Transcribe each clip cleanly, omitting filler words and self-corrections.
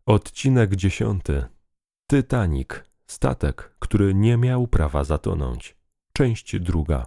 Odcinek 10. Titanic. Statek, który nie miał prawa zatonąć. Część 2.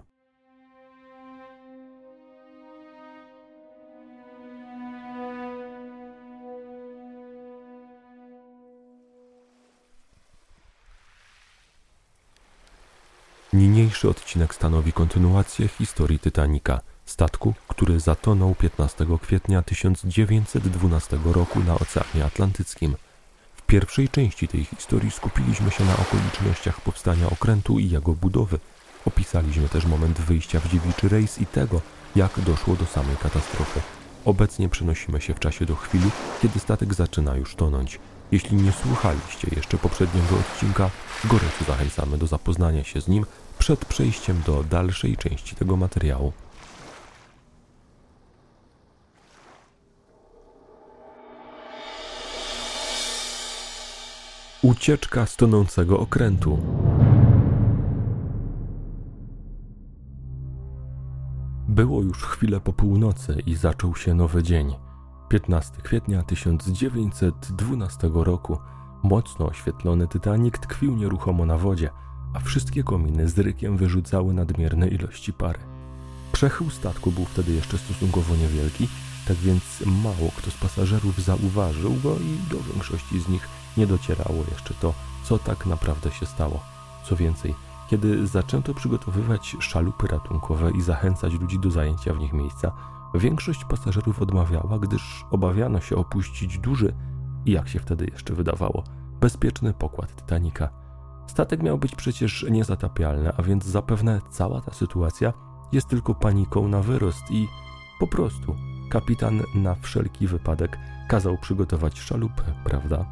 Niniejszy odcinek stanowi kontynuację historii Titanica, statku, który zatonął 15 kwietnia 1912 roku na Oceanie Atlantyckim. W pierwszej części tej historii skupiliśmy się na okolicznościach powstania okrętu i jego budowy. Opisaliśmy też moment wyjścia w dziewiczy rejs i tego, jak doszło do samej katastrofy. Obecnie przenosimy się w czasie do chwili, kiedy statek zaczyna już tonąć. Jeśli nie słuchaliście jeszcze poprzedniego odcinka, gorąco zachęcamy do zapoznania się z nim przed przejściem do dalszej części tego materiału. Ucieczka z tonącego okrętu. Było już chwilę po północy i zaczął się nowy dzień. 15 kwietnia 1912 roku. Mocno oświetlony Titanic tkwił nieruchomo na wodzie, a wszystkie kominy z rykiem wyrzucały nadmierne ilości pary. Przechył statku był wtedy jeszcze stosunkowo niewielki, tak więc mało kto z pasażerów zauważył go i do większości z nich nie docierało jeszcze to, co tak naprawdę się stało. Co więcej, kiedy zaczęto przygotowywać szalupy ratunkowe i zachęcać ludzi do zajęcia w nich miejsca, większość pasażerów odmawiała, gdyż obawiano się opuścić duży i, jak się wtedy jeszcze wydawało, bezpieczny pokład Titanica. Statek miał być przecież niezatapialny, a więc zapewne cała ta sytuacja jest tylko paniką na wyrost i po prostu kapitan na wszelki wypadek kazał przygotować szalupy, prawda?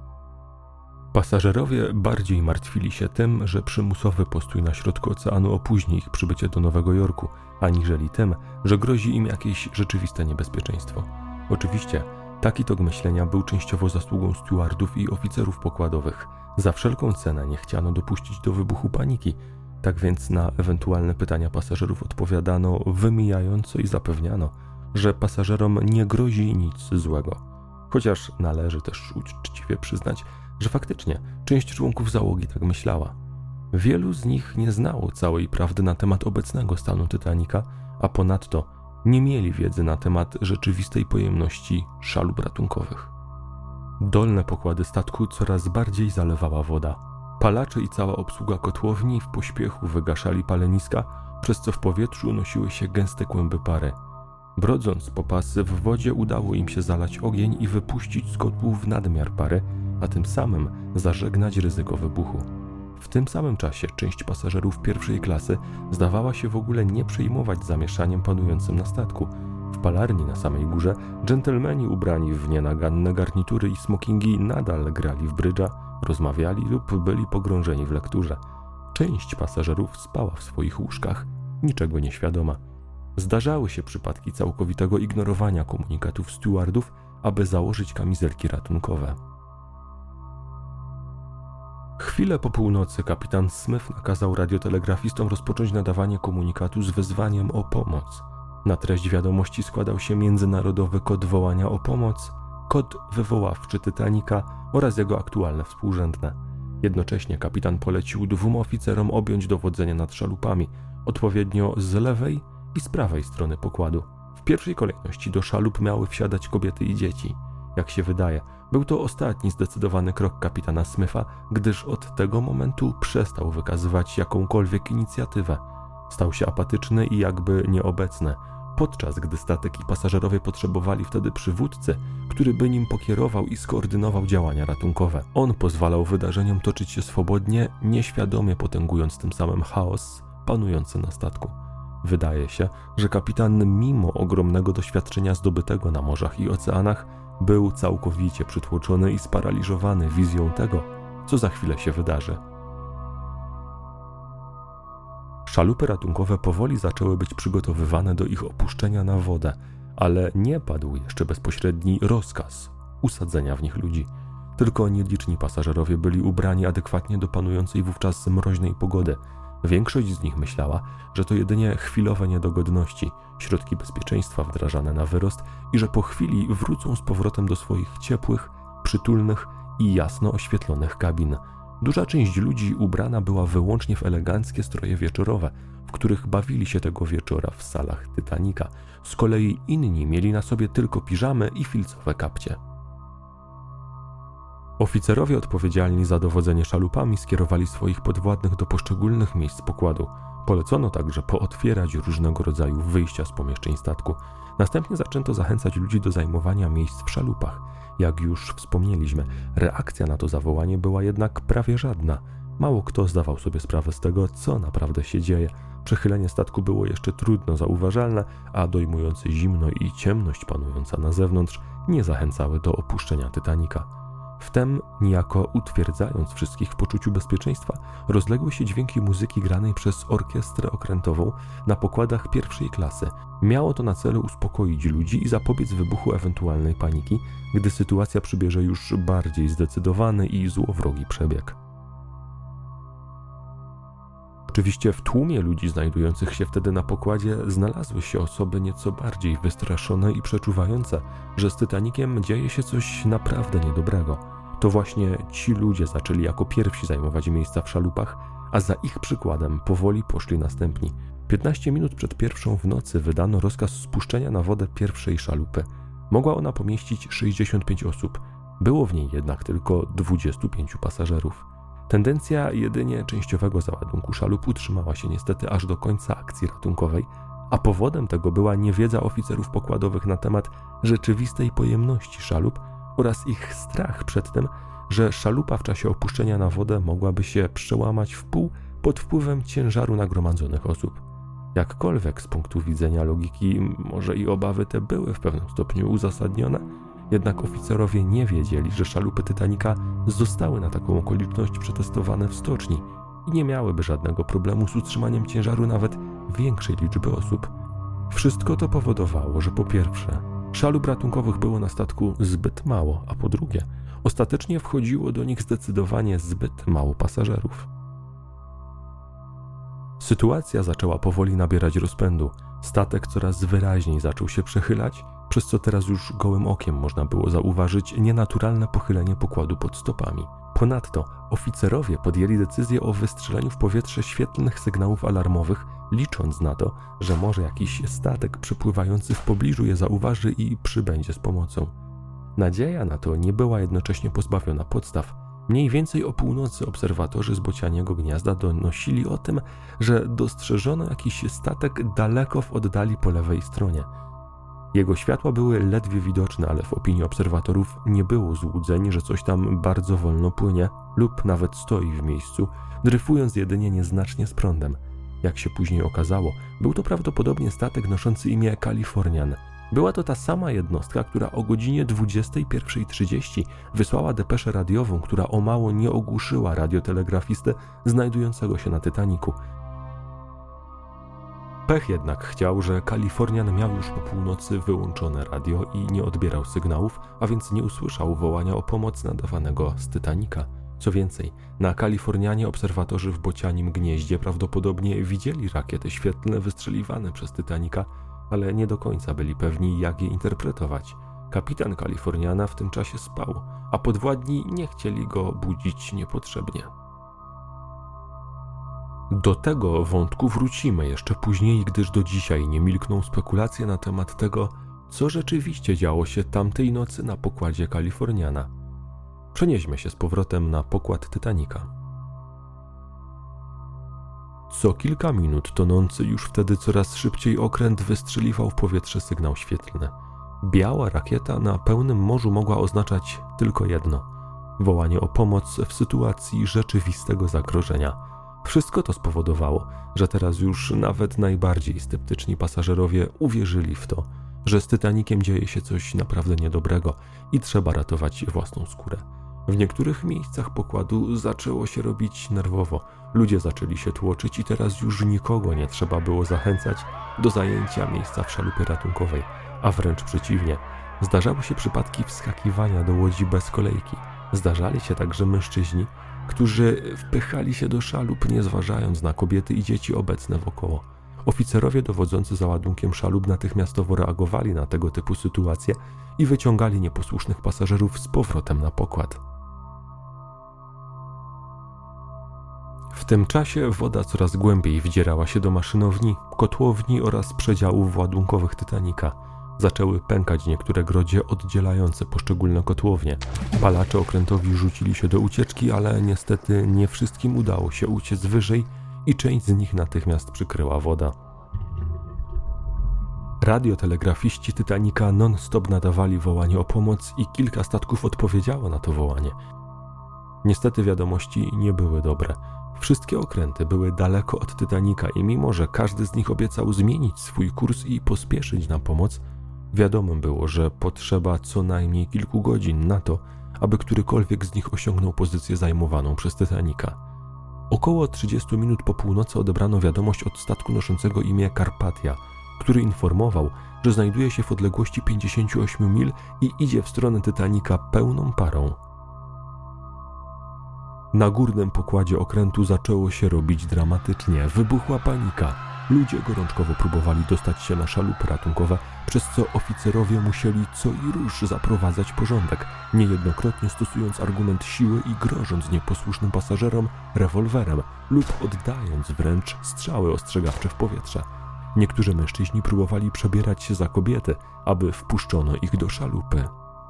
Pasażerowie bardziej martwili się tym, że przymusowy postój na środku oceanu opóźni ich przybycie do Nowego Jorku, aniżeli tym, że grozi im jakieś rzeczywiste niebezpieczeństwo. Oczywiście taki tok myślenia był częściowo zasługą stewardów i oficerów pokładowych. Za wszelką cenę nie chciano dopuścić do wybuchu paniki, tak więc na ewentualne pytania pasażerów odpowiadano wymijająco i zapewniano, że pasażerom nie grozi nic złego. Chociaż należy też uczciwie przyznać, że faktycznie część członków załogi tak myślała. Wielu z nich nie znało całej prawdy na temat obecnego stanu Titanica, a ponadto nie mieli wiedzy na temat rzeczywistej pojemności szalup ratunkowych. Dolne pokłady statku coraz bardziej zalewała woda. Palacze i cała obsługa kotłowni w pośpiechu wygaszali paleniska, przez co w powietrzu unosiły się gęste kłęby pary. Brodząc po pasy w wodzie udało im się zalać ogień i wypuścić z kotłów nadmiar pary, a tym samym zażegnać ryzyko wybuchu. W tym samym czasie część pasażerów pierwszej klasy zdawała się w ogóle nie przejmować zamieszaniem panującym na statku. W palarni na samej górze dżentelmeni ubrani w nienaganne garnitury i smokingi nadal grali w brydża, rozmawiali lub byli pogrążeni w lekturze. Część pasażerów spała w swoich łóżkach, niczego nieświadoma. Zdarzały się przypadki całkowitego ignorowania komunikatów stewardów, aby założyć kamizelki ratunkowe. Chwilę po północy kapitan Smith nakazał radiotelegrafistom rozpocząć nadawanie komunikatu z wezwaniem o pomoc. Na treść wiadomości składał się międzynarodowy kod wołania o pomoc, kod wywoławczy Titanica oraz jego aktualne współrzędne. Jednocześnie kapitan polecił 2 oficerom objąć dowodzenie nad szalupami, odpowiednio z lewej i z prawej strony pokładu. W pierwszej kolejności do szalup miały wsiadać kobiety i dzieci. Jak się wydaje, był to ostatni zdecydowany krok kapitana Smitha, gdyż od tego momentu przestał wykazywać jakąkolwiek inicjatywę. Stał się apatyczny i jakby nieobecny, podczas gdy statek i pasażerowie potrzebowali wtedy przywódcy, który by nim pokierował i skoordynował działania ratunkowe. On pozwalał wydarzeniom toczyć się swobodnie, nieświadomie potęgując tym samym chaos panujący na statku. Wydaje się, że kapitan mimo ogromnego doświadczenia zdobytego na morzach i oceanach był całkowicie przytłoczony i sparaliżowany wizją tego, co za chwilę się wydarzy. Szalupy ratunkowe powoli zaczęły być przygotowywane do ich opuszczenia na wodę, ale nie padł jeszcze bezpośredni rozkaz usadzenia w nich ludzi. Tylko nieliczni pasażerowie byli ubrani adekwatnie do panującej wówczas mroźnej pogody. Większość z nich myślała, że to jedynie chwilowe niedogodności, środki bezpieczeństwa wdrażane na wyrost i że po chwili wrócą z powrotem do swoich ciepłych, przytulnych i jasno oświetlonych kabin. Duża część ludzi ubrana była wyłącznie w eleganckie stroje wieczorowe, w których bawili się tego wieczora w salach Titanica. Z kolei inni mieli na sobie tylko piżamy i filcowe kapcie. Oficerowie odpowiedzialni za dowodzenie szalupami skierowali swoich podwładnych do poszczególnych miejsc pokładu. Polecono także pootwierać różnego rodzaju wyjścia z pomieszczeń statku. Następnie zaczęto zachęcać ludzi do zajmowania miejsc w szalupach. Jak już wspomnieliśmy, reakcja na to zawołanie była jednak prawie żadna. Mało kto zdawał sobie sprawę z tego, co naprawdę się dzieje. Przechylenie statku było jeszcze trudno zauważalne, a dojmujące zimno i ciemność panująca na zewnątrz nie zachęcały do opuszczenia Titanica. Wtem, niejako utwierdzając wszystkich w poczuciu bezpieczeństwa, rozległy się dźwięki muzyki granej przez orkiestrę okrętową na pokładach pierwszej klasy. Miało to na celu uspokoić ludzi i zapobiec wybuchu ewentualnej paniki, gdy sytuacja przybierze już bardziej zdecydowany i złowrogi przebieg. Oczywiście w tłumie ludzi znajdujących się wtedy na pokładzie znalazły się osoby nieco bardziej wystraszone i przeczuwające, że z Titaniciem dzieje się coś naprawdę niedobrego. To właśnie ci ludzie zaczęli jako pierwsi zajmować miejsca w szalupach, a za ich przykładem powoli poszli następni. 15 minut przed 1:00 w nocy wydano rozkaz spuszczenia na wodę pierwszej szalupy. Mogła ona pomieścić 65 osób. Było w niej jednak tylko 25 pasażerów. Tendencja jedynie częściowego załadunku szalup utrzymała się niestety aż do końca akcji ratunkowej, a powodem tego była niewiedza oficerów pokładowych na temat rzeczywistej pojemności szalup oraz ich strach przed tym, że szalupa w czasie opuszczenia na wodę mogłaby się przełamać w pół pod wpływem ciężaru nagromadzonych osób. Jakkolwiek z punktu widzenia logiki może i obawy te były w pewnym stopniu uzasadnione, jednak oficerowie nie wiedzieli, że szalupy Titanica zostały na taką okoliczność przetestowane w stoczni i nie miałyby żadnego problemu z utrzymaniem ciężaru nawet większej liczby osób. Wszystko to powodowało, że po pierwsze, szalup ratunkowych było na statku zbyt mało, a po drugie, ostatecznie wchodziło do nich zdecydowanie zbyt mało pasażerów. Sytuacja zaczęła powoli nabierać rozpędu. Statek coraz wyraźniej zaczął się przechylać, przez co teraz już gołym okiem można było zauważyć nienaturalne pochylenie pokładu pod stopami. Ponadto oficerowie podjęli decyzję o wystrzeleniu w powietrze świetlnych sygnałów alarmowych, licząc na to, że może jakiś statek przepływający w pobliżu je zauważy i przybędzie z pomocą. Nadzieja na to nie była jednocześnie pozbawiona podstaw. Mniej więcej o północy obserwatorzy z bocianiego gniazda donosili o tym, że dostrzeżono jakiś statek daleko w oddali po lewej stronie. Jego światła były ledwie widoczne, ale w opinii obserwatorów nie było złudzeń, że coś tam bardzo wolno płynie lub nawet stoi w miejscu, dryfując jedynie nieznacznie z prądem. Jak się później okazało, był to prawdopodobnie statek noszący imię Californian. Była to ta sama jednostka, która o godzinie 21:30 wysłała depeszę radiową, która o mało nie ogłuszyła radiotelegrafistę znajdującego się na Titanicu. Pech jednak chciał, że Californian miał już po północy wyłączone radio i nie odbierał sygnałów, a więc nie usłyszał wołania o pomoc nadawanego z Titanica. Co więcej, na Californianie obserwatorzy w bocianim gnieździe prawdopodobnie widzieli rakiety świetlne wystrzeliwane przez Titanica, ale nie do końca byli pewni, jak je interpretować. Kapitan Californiana w tym czasie spał, a podwładni nie chcieli go budzić niepotrzebnie. Do tego wątku wrócimy jeszcze później, gdyż do dzisiaj nie milkną spekulacje na temat tego, co rzeczywiście działo się tamtej nocy na pokładzie Californiana. Przenieśmy się z powrotem na pokład Titanica. Co kilka minut tonący już wtedy coraz szybciej okręt wystrzeliwał w powietrze sygnał świetlny. Biała rakieta na pełnym morzu mogła oznaczać tylko jedno – wołanie o pomoc w sytuacji rzeczywistego zagrożenia. Wszystko to spowodowało, że teraz już nawet najbardziej sceptyczni pasażerowie uwierzyli w to, że z Titaniciem dzieje się coś naprawdę niedobrego i trzeba ratować własną skórę. W niektórych miejscach pokładu zaczęło się robić nerwowo. Ludzie zaczęli się tłoczyć i teraz już nikogo nie trzeba było zachęcać do zajęcia miejsca w szalupie ratunkowej, a wręcz przeciwnie. Zdarzały się przypadki wskakiwania do łodzi bez kolejki. Zdarzali się także mężczyźni, którzy wpychali się do szalup, nie zważając na kobiety i dzieci obecne wokoło. Oficerowie dowodzący załadunkiem szalub natychmiastowo reagowali na tego typu sytuacje i wyciągali nieposłusznych pasażerów z powrotem na pokład. W tym czasie woda coraz głębiej wdzierała się do maszynowni, kotłowni oraz przedziałów ładunkowych Titanica. Zaczęły pękać niektóre grodzie oddzielające poszczególne kotłownie. Palacze okrętowi rzucili się do ucieczki, ale niestety nie wszystkim udało się uciec wyżej i część z nich natychmiast przykryła woda. Radiotelegrafiści Titanica non-stop nadawali wołanie o pomoc i kilka statków odpowiedziało na to wołanie. Niestety wiadomości nie były dobre. Wszystkie okręty były daleko od Titanica i mimo, że każdy z nich obiecał zmienić swój kurs i pospieszyć na pomoc, wiadomym było, że potrzeba co najmniej kilku godzin na to, aby którykolwiek z nich osiągnął pozycję zajmowaną przez Titanica. Około 30 minut po północy odebrano wiadomość od statku noszącego imię Carpathia, który informował, że znajduje się w odległości 58 mil i idzie w stronę Titanica pełną parą. Na górnym pokładzie okrętu zaczęło się robić dramatycznie. Wybuchła panika. Ludzie gorączkowo próbowali dostać się na szalupy ratunkowe, przez co oficerowie musieli co i róż zaprowadzać porządek, niejednokrotnie stosując argument siły i grożąc nieposłusznym pasażerom rewolwerem lub oddając wręcz strzały ostrzegawcze w powietrze. Niektórzy mężczyźni próbowali przebierać się za kobiety, aby wpuszczono ich do szalupy.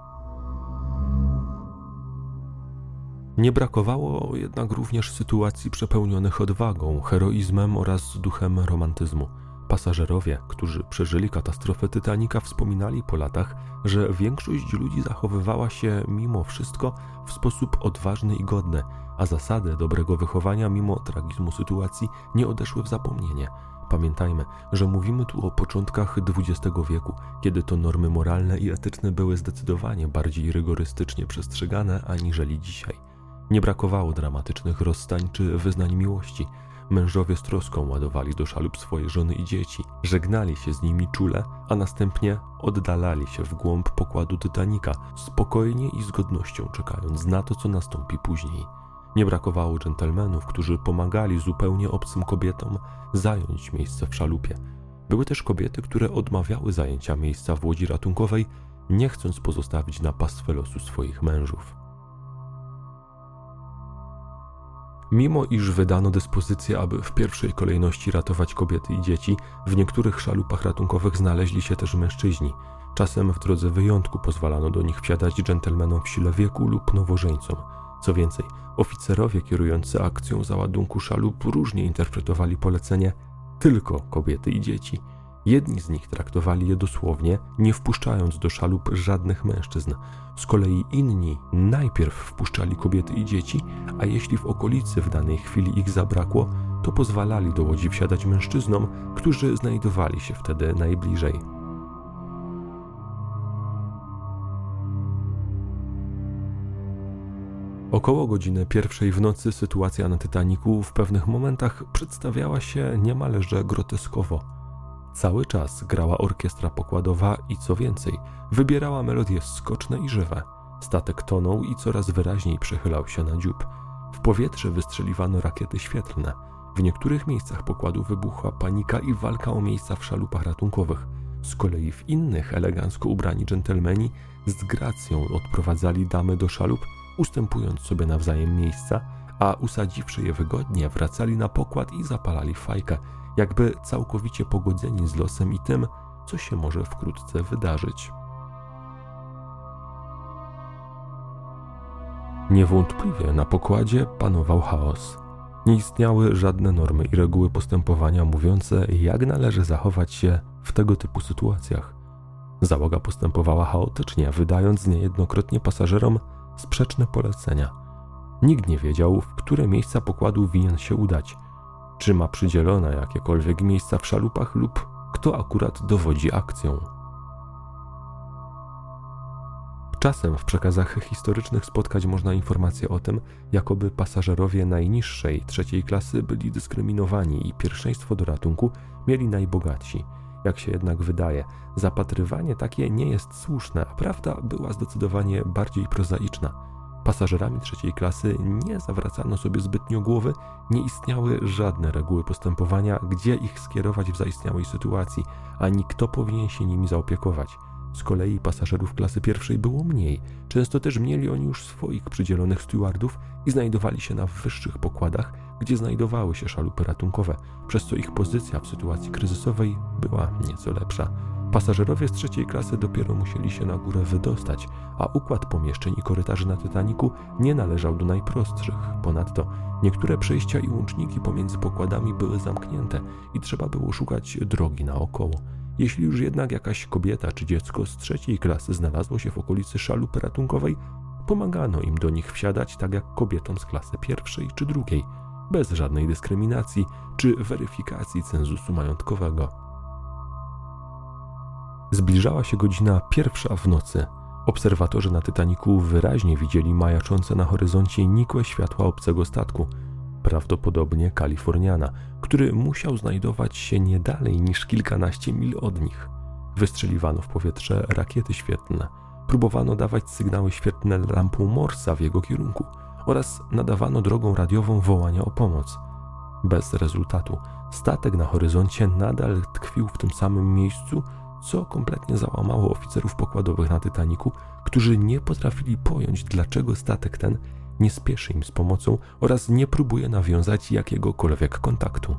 Nie brakowało jednak również sytuacji przepełnionych odwagą, heroizmem oraz duchem romantyzmu. Pasażerowie, którzy przeżyli katastrofę Titanica, wspominali po latach, że większość ludzi zachowywała się mimo wszystko w sposób odważny i godny, a zasady dobrego wychowania mimo tragizmu sytuacji nie odeszły w zapomnienie. Pamiętajmy, że mówimy tu o początkach XX wieku, kiedy to normy moralne i etyczne były zdecydowanie bardziej rygorystycznie przestrzegane aniżeli dzisiaj. Nie brakowało dramatycznych rozstań czy wyznań miłości. Mężowie z troską ładowali do szalup swoje żony i dzieci, żegnali się z nimi czule, a następnie oddalali się w głąb pokładu Titanica, spokojnie i z godnością czekając na to, co nastąpi później. Nie brakowało dżentelmenów, którzy pomagali zupełnie obcym kobietom zająć miejsce w szalupie. Były też kobiety, które odmawiały zajęcia miejsca w łodzi ratunkowej, nie chcąc pozostawić na pastwę losu swoich mężów. Mimo iż wydano dyspozycję, aby w pierwszej kolejności ratować kobiety i dzieci, w niektórych szalupach ratunkowych znaleźli się też mężczyźni. Czasem w drodze wyjątku pozwalano do nich wsiadać dżentelmenom w sile wieku lub nowożeńcom. Co więcej, oficerowie kierujący akcją załadunku szalup różnie interpretowali polecenie tylko kobiety i dzieci. Jedni z nich traktowali je dosłownie, nie wpuszczając do szalup żadnych mężczyzn. Z kolei inni najpierw wpuszczali kobiety i dzieci, a jeśli w okolicy w danej chwili ich zabrakło, to pozwalali do łodzi wsiadać mężczyznom, którzy znajdowali się wtedy najbliżej. Około godziny 1 w nocy sytuacja na Titanicu w pewnych momentach przedstawiała się niemalże groteskowo. Cały czas grała orkiestra pokładowa i co więcej, wybierała melodie skoczne i żywe. Statek tonął i coraz wyraźniej przechylał się na dziób. W powietrze wystrzeliwano rakiety świetlne. W niektórych miejscach pokładu wybuchła panika i walka o miejsca w szalupach ratunkowych. Z kolei w innych elegancko ubrani dżentelmeni z gracją odprowadzali damy do szalup, ustępując sobie nawzajem miejsca, a usadziwszy je wygodnie, wracali na pokład i zapalali fajkę, jakby całkowicie pogodzeni z losem i tym, co się może wkrótce wydarzyć. Niewątpliwie na pokładzie panował chaos. Nie istniały żadne normy i reguły postępowania mówiące, jak należy zachować się w tego typu sytuacjach. Załoga postępowała chaotycznie, wydając niejednokrotnie pasażerom sprzeczne polecenia. Nikt nie wiedział, w które miejsca pokładu winien się udać, czy ma przydzielone jakiekolwiek miejsca w szalupach lub kto akurat dowodzi akcją. Czasem w przekazach historycznych spotkać można informacje o tym, jakoby pasażerowie najniższej, trzeciej klasy byli dyskryminowani i pierwszeństwo do ratunku mieli najbogatsi. Jak się jednak wydaje, zapatrywanie takie nie jest słuszne, a prawda była zdecydowanie bardziej prozaiczna. Pasażerami trzeciej klasy nie zawracano sobie zbytnio głowy, nie istniały żadne reguły postępowania, gdzie ich skierować w zaistniałej sytuacji, ani kto powinien się nimi zaopiekować. Z kolei pasażerów klasy pierwszej było mniej. Często też mieli oni już swoich przydzielonych stewardów i znajdowali się na wyższych pokładach, gdzie znajdowały się szalupy ratunkowe, przez co ich pozycja w sytuacji kryzysowej była nieco lepsza. Pasażerowie z trzeciej klasy dopiero musieli się na górę wydostać, a układ pomieszczeń i korytarzy na Titanicu nie należał do najprostszych. Ponadto niektóre przejścia i łączniki pomiędzy pokładami były zamknięte i trzeba było szukać drogi naokoło. Jeśli już jednak jakaś kobieta czy dziecko z trzeciej klasy znalazło się w okolicy szalupy ratunkowej, pomagano im do nich wsiadać tak jak kobietom z klasy pierwszej czy drugiej, bez żadnej dyskryminacji czy weryfikacji cenzusu majątkowego. Zbliżała się godzina 1 w nocy. Obserwatorzy na Titanicu wyraźnie widzieli majaczące na horyzoncie nikłe światła obcego statku, prawdopodobnie Kaliforniana, który musiał znajdować się nie dalej niż kilkanaście mil od nich. Wystrzeliwano w powietrze rakiety świetlne, próbowano dawać sygnały świetlne lampą Morsa w jego kierunku oraz nadawano drogą radiową wołania o pomoc. Bez rezultatu. Statek na horyzoncie nadal tkwił w tym samym miejscu, co kompletnie załamało oficerów pokładowych na Titanicu, którzy nie potrafili pojąć, dlaczego statek ten nie spieszy im z pomocą oraz nie próbuje nawiązać jakiegokolwiek kontaktu.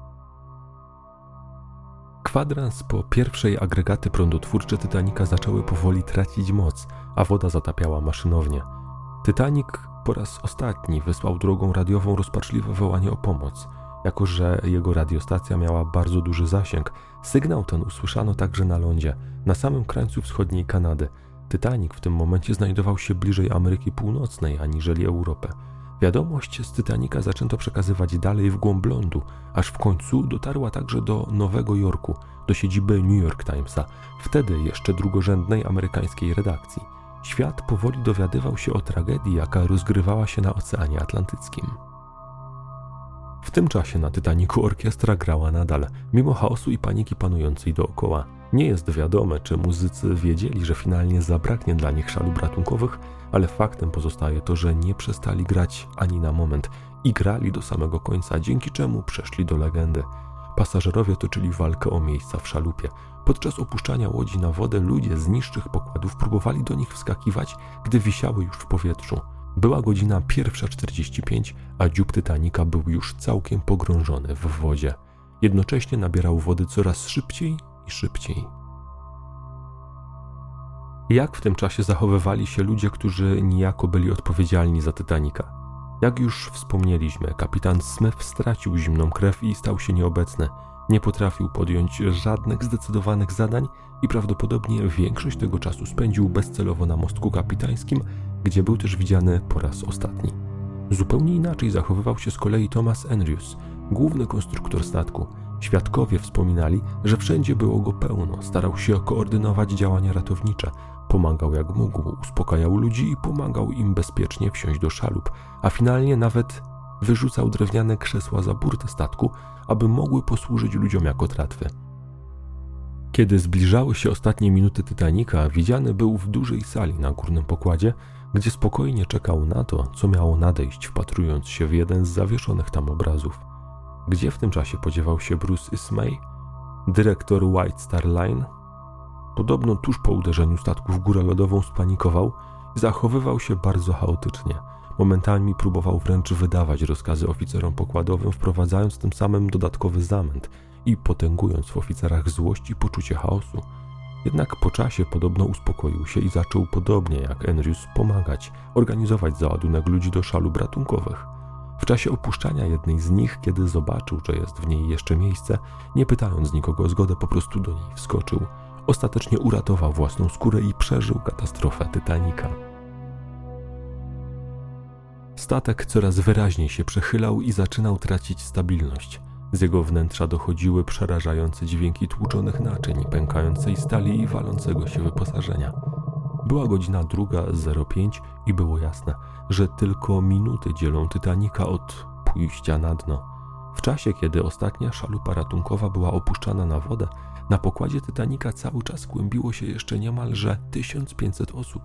Kwadrans po pierwszej agregaty prądotwórcze Titanica zaczęły powoli tracić moc, a woda zatapiała maszynownię. Titanic po raz ostatni wysłał drogą radiową rozpaczliwe wołanie o pomoc. Jako że jego radiostacja miała bardzo duży zasięg, sygnał ten usłyszano także na lądzie, na samym krańcu wschodniej Kanady. Titanic w tym momencie znajdował się bliżej Ameryki Północnej aniżeli Europy. Wiadomość z Titanica zaczęto przekazywać dalej w głąb lądu, aż w końcu dotarła także do Nowego Jorku, do siedziby New York Timesa, wtedy jeszcze drugorzędnej amerykańskiej redakcji. Świat powoli dowiadywał się o tragedii, jaka rozgrywała się na Oceanie Atlantyckim. W tym czasie na Titanicu orkiestra grała nadal, mimo chaosu i paniki panującej dookoła. Nie jest wiadome, czy muzycy wiedzieli, że finalnie zabraknie dla nich szalup ratunkowych, ale faktem pozostaje to, że nie przestali grać ani na moment i grali do samego końca, dzięki czemu przeszli do legendy. Pasażerowie toczyli walkę o miejsca w szalupie. Podczas opuszczania łodzi na wodę ludzie z niższych pokładów próbowali do nich wskakiwać, gdy wisiały już w powietrzu. Była godzina 1:45, a dziób Titanica był już całkiem pogrążony w wodzie. Jednocześnie nabierał wody coraz szybciej i szybciej. Jak w tym czasie zachowywali się ludzie, którzy niejako byli odpowiedzialni za Titanica? Jak już wspomnieliśmy, kapitan Smith stracił zimną krew i stał się nieobecny. Nie potrafił podjąć żadnych zdecydowanych zadań i prawdopodobnie większość tego czasu spędził bezcelowo na mostku kapitańskim, gdzie był też widziany po raz ostatni. Zupełnie inaczej zachowywał się z kolei Thomas Andrews, główny konstruktor statku. Świadkowie wspominali, że wszędzie było go pełno, starał się koordynować działania ratownicze, pomagał jak mógł, uspokajał ludzi i pomagał im bezpiecznie wsiąść do szalup, a finalnie nawet wyrzucał drewniane krzesła za burtę statku, aby mogły posłużyć ludziom jako tratwy. Kiedy zbliżały się ostatnie minuty Titanica, widziany był w dużej sali na górnym pokładzie, gdzie spokojnie czekał na to, co miało nadejść, wpatrując się w jeden z zawieszonych tam obrazów. Gdzie w tym czasie podziewał się Bruce Ismay, dyrektor White Star Line? Podobno tuż po uderzeniu statku w górę lodową spanikował i zachowywał się bardzo chaotycznie. Momentami próbował wręcz wydawać rozkazy oficerom pokładowym, wprowadzając tym samym dodatkowy zamęt i potęgując w oficerach złość i poczucie chaosu. Jednak po czasie podobno uspokoił się i zaczął podobnie jak Andrews pomagać, organizować załadunek ludzi do szalup ratunkowych. W czasie opuszczania jednej z nich, kiedy zobaczył, że jest w niej jeszcze miejsce, nie pytając nikogo o zgodę, po prostu do niej wskoczył. Ostatecznie uratował własną skórę i przeżył katastrofę Titanica. Statek coraz wyraźniej się przechylał i zaczynał tracić stabilność. Z jego wnętrza dochodziły przerażające dźwięki tłuczonych naczyń, pękającej stali i walącego się wyposażenia. Była godzina 2:05 i było jasne, że tylko minuty dzielą Titanica od pójścia na dno. W czasie, kiedy ostatnia szalupa ratunkowa była opuszczana na wodę, na pokładzie Titanica cały czas kłębiło się jeszcze niemalże 1500 osób.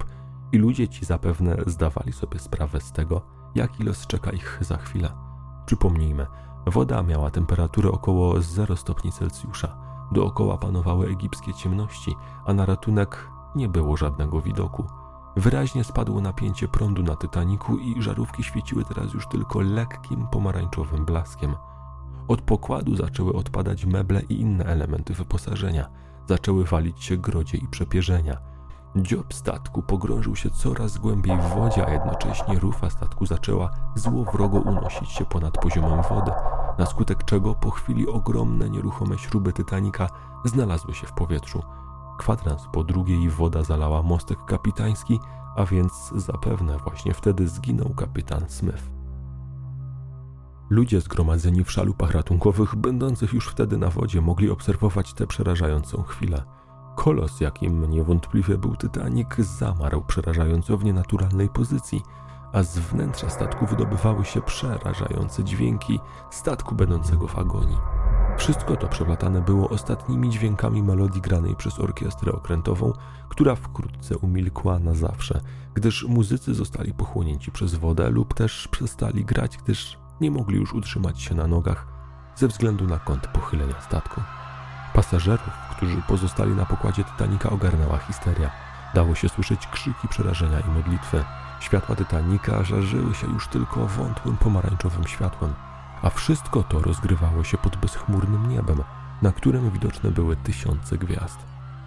I ludzie ci zapewne zdawali sobie sprawę z tego, jaki los czeka ich za chwilę. Przypomnijmy, woda miała temperaturę około 0 stopni Celsjusza. Dookoła panowały egipskie ciemności, a na ratunek nie było żadnego widoku. Wyraźnie spadło napięcie prądu na Titanicu i żarówki świeciły teraz już tylko lekkim pomarańczowym blaskiem. Od pokładu zaczęły odpadać meble i inne elementy wyposażenia. Zaczęły walić się grodzie i przepierzenia. Dziób statku pogrążył się coraz głębiej w wodzie, a jednocześnie rufa statku zaczęła złowrogo unosić się ponad poziomem wody, na skutek czego po chwili ogromne nieruchome śruby Titanica znalazły się w powietrzu. Kwadrans po drugiej woda zalała mostek kapitański, a więc zapewne właśnie wtedy zginął kapitan Smith. Ludzie zgromadzeni w szalupach ratunkowych, będących już wtedy na wodzie, mogli obserwować tę przerażającą chwilę. Kolos, jakim niewątpliwie był Titanic, zamarł przerażająco w nienaturalnej pozycji, a z wnętrza statku wydobywały się przerażające dźwięki statku będącego w agonii. Wszystko to przeplatane było ostatnimi dźwiękami melodii granej przez orkiestrę okrętową, która wkrótce umilkła na zawsze, gdyż muzycy zostali pochłonięci przez wodę lub też przestali grać, gdyż nie mogli już utrzymać się na nogach ze względu na kąt pochylenia statku. Pasażerów, którzy pozostali na pokładzie Titanica, ogarnęła histeria. Dało się słyszeć krzyki przerażenia i modlitwy. Światła Titanica żarzyły się już tylko wątłym pomarańczowym światłem, a wszystko to rozgrywało się pod bezchmurnym niebem, na którym widoczne były tysiące gwiazd.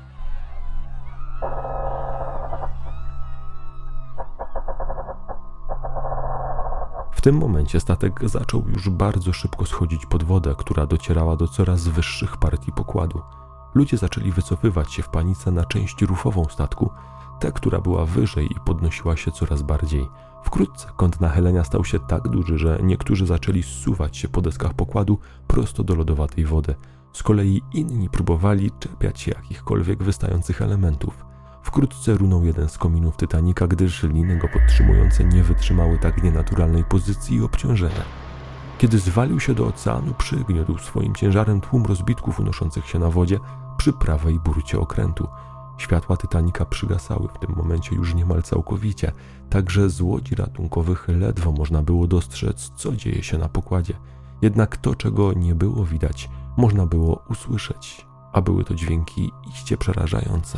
W tym momencie statek zaczął już bardzo szybko schodzić pod wodę, która docierała do coraz wyższych partii pokładu. Ludzie zaczęli wycofywać się w panice na część rufową statku, tę, która była wyżej i podnosiła się coraz bardziej. Wkrótce kąt nachylenia stał się tak duży, że niektórzy zaczęli zsuwać się po deskach pokładu prosto do lodowatej wody. Z kolei inni próbowali czepiać się jakichkolwiek wystających elementów. Wkrótce runął jeden z kominów Titanica, gdyż liny go podtrzymujące nie wytrzymały tak nienaturalnej pozycji i obciążenia. Kiedy zwalił się do oceanu, przygniótł swoim ciężarem tłum rozbitków unoszących się na wodzie przy prawej burcie okrętu. Światła Titanica przygasały w tym momencie już niemal całkowicie, także z łodzi ratunkowych ledwo można było dostrzec, co dzieje się na pokładzie. Jednak to, czego nie było widać, można było usłyszeć, a były to dźwięki iście przerażające.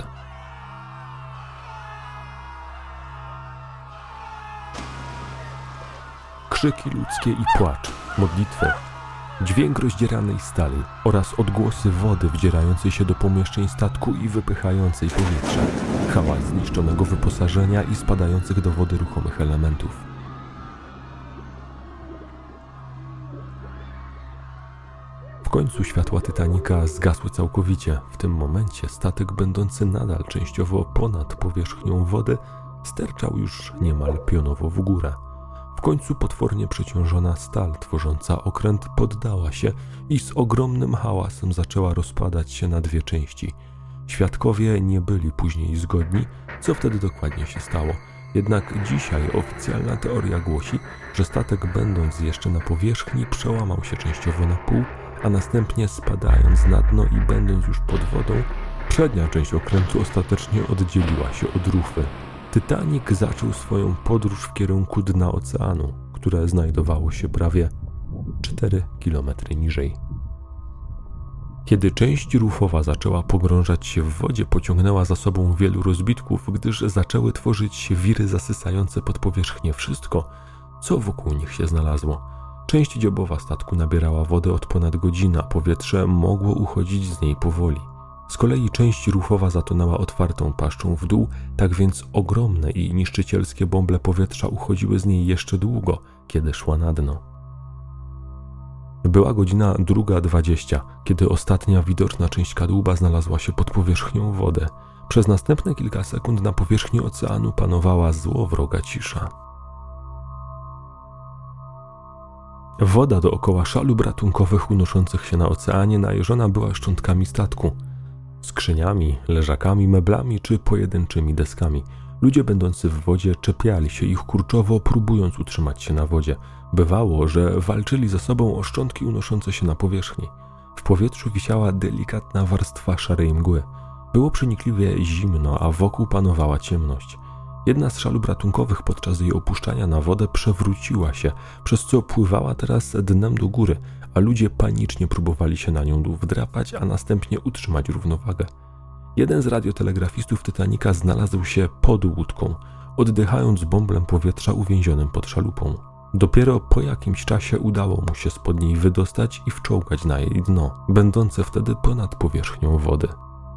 Krzyki ludzkie i płacz, modlitwy, dźwięk rozdzieranej stali oraz odgłosy wody wdzierającej się do pomieszczeń statku i wypychającej powietrze, hałas zniszczonego wyposażenia i spadających do wody ruchomych elementów. W końcu światła Titanica zgasły całkowicie. W tym momencie statek, będący nadal częściowo ponad powierzchnią wody, sterczał już niemal pionowo w górę. W końcu potwornie przeciążona stal tworząca okręt poddała się i z ogromnym hałasem zaczęła rozpadać się na dwie części. Świadkowie nie byli później zgodni, co wtedy dokładnie się stało. Jednak dzisiaj oficjalna teoria głosi, że statek, będąc jeszcze na powierzchni, przełamał się częściowo na pół, a następnie spadając na dno i będąc już pod wodą, przednia część okrętu ostatecznie oddzieliła się od rufy. Titanic zaczął swoją podróż w kierunku dna oceanu, które znajdowało się prawie 4 km niżej. Kiedy część rufowa zaczęła pogrążać się w wodzie, pociągnęła za sobą wielu rozbitków, gdyż zaczęły tworzyć się wiry zasysające pod powierzchnię wszystko, co wokół nich się znalazło. Część dziobowa statku nabierała wody od ponad godziny, a powietrze mogło uchodzić z niej powoli. Z kolei część rufowa zatonęła otwartą paszczą w dół, tak więc ogromne i niszczycielskie bąble powietrza uchodziły z niej jeszcze długo, kiedy szła na dno. Była godzina 2:20, kiedy ostatnia widoczna część kadłuba znalazła się pod powierzchnią wody. Przez następne kilka sekund na powierzchni oceanu panowała złowroga cisza. Woda dookoła szalub ratunkowych unoszących się na oceanie najeżona była szczątkami statku. Skrzyniami, leżakami, meblami czy pojedynczymi deskami. Ludzie będący w wodzie czepiali się ich kurczowo, próbując utrzymać się na wodzie. Bywało, że walczyli ze sobą o szczątki unoszące się na powierzchni. W powietrzu wisiała delikatna warstwa szarej mgły. Było przenikliwie zimno, a wokół panowała ciemność. Jedna z szalup ratunkowych podczas jej opuszczania na wodę przewróciła się, przez co pływała teraz dnem do góry, a ludzie panicznie próbowali się na nią wdrapać, a następnie utrzymać równowagę. Jeden z radiotelegrafistów Titanica znalazł się pod łódką, oddychając bąblem powietrza uwięzionym pod szalupą. Dopiero po jakimś czasie udało mu się spod niej wydostać i wczołgać na jej dno, będące wtedy ponad powierzchnią wody.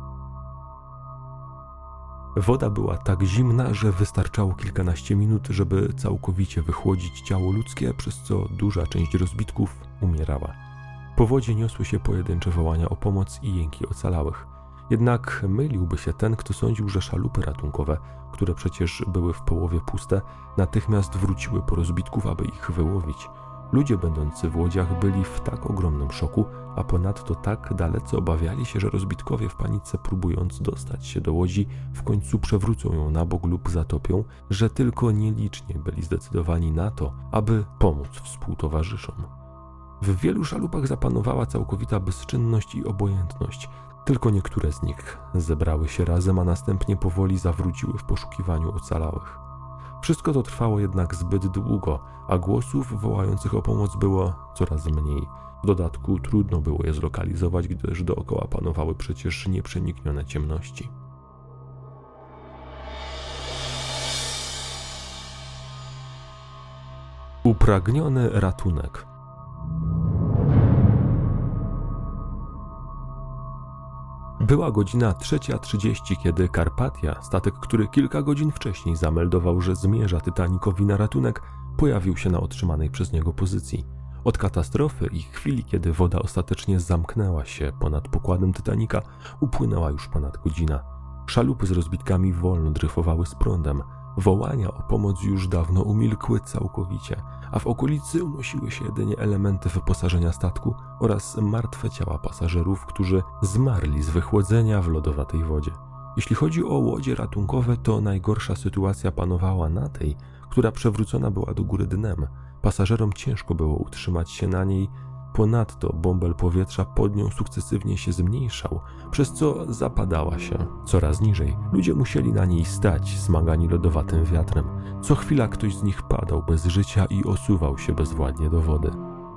Woda była tak zimna, że wystarczało kilkanaście minut, żeby całkowicie wychłodzić ciało ludzkie, przez co duża część rozbitków umierała. Po wodzie niosły się pojedyncze wołania o pomoc i jęki ocalałych. Jednak myliłby się ten, kto sądził, że szalupy ratunkowe, które przecież były w połowie puste, natychmiast wróciły po rozbitków, aby ich wyłowić. Ludzie będący w łodziach byli w tak ogromnym szoku, a ponadto tak dalece obawiali się, że rozbitkowie w panice, próbując dostać się do łodzi, w końcu przewrócą ją na bok lub zatopią, że tylko nieliczni byli zdecydowani na to, aby pomóc współtowarzyszom. W wielu szalupach zapanowała całkowita bezczynność i obojętność. Tylko niektóre z nich zebrały się razem, a następnie powoli zawróciły w poszukiwaniu ocalałych. Wszystko to trwało jednak zbyt długo, a głosów wołających o pomoc było coraz mniej. W dodatku trudno było je zlokalizować, gdyż dookoła panowały przecież nieprzeniknione ciemności. Upragniony ratunek. Była godzina 3:30, kiedy Carpathia, statek, który kilka godzin wcześniej zameldował, że zmierza Titanicowi na ratunek, pojawił się na otrzymanej przez niego pozycji. Od katastrofy i chwili, kiedy woda ostatecznie zamknęła się ponad pokładem Titanica, upłynęła już ponad godzina. Szalupy z rozbitkami wolno dryfowały z prądem. Wołania o pomoc już dawno umilkły całkowicie, a w okolicy unosiły się jedynie elementy wyposażenia statku oraz martwe ciała pasażerów, którzy zmarli z wychłodzenia w lodowatej wodzie. Jeśli chodzi o łodzie ratunkowe, to najgorsza sytuacja panowała na tej, która przewrócona była do góry dnem. Pasażerom ciężko było utrzymać się na niej, ponadto bąbel powietrza pod nią sukcesywnie się zmniejszał, przez co zapadała się coraz niżej. Ludzie musieli na niej stać, smagani lodowatym wiatrem. Co chwila ktoś z nich padał bez życia i osuwał się bezwładnie do wody.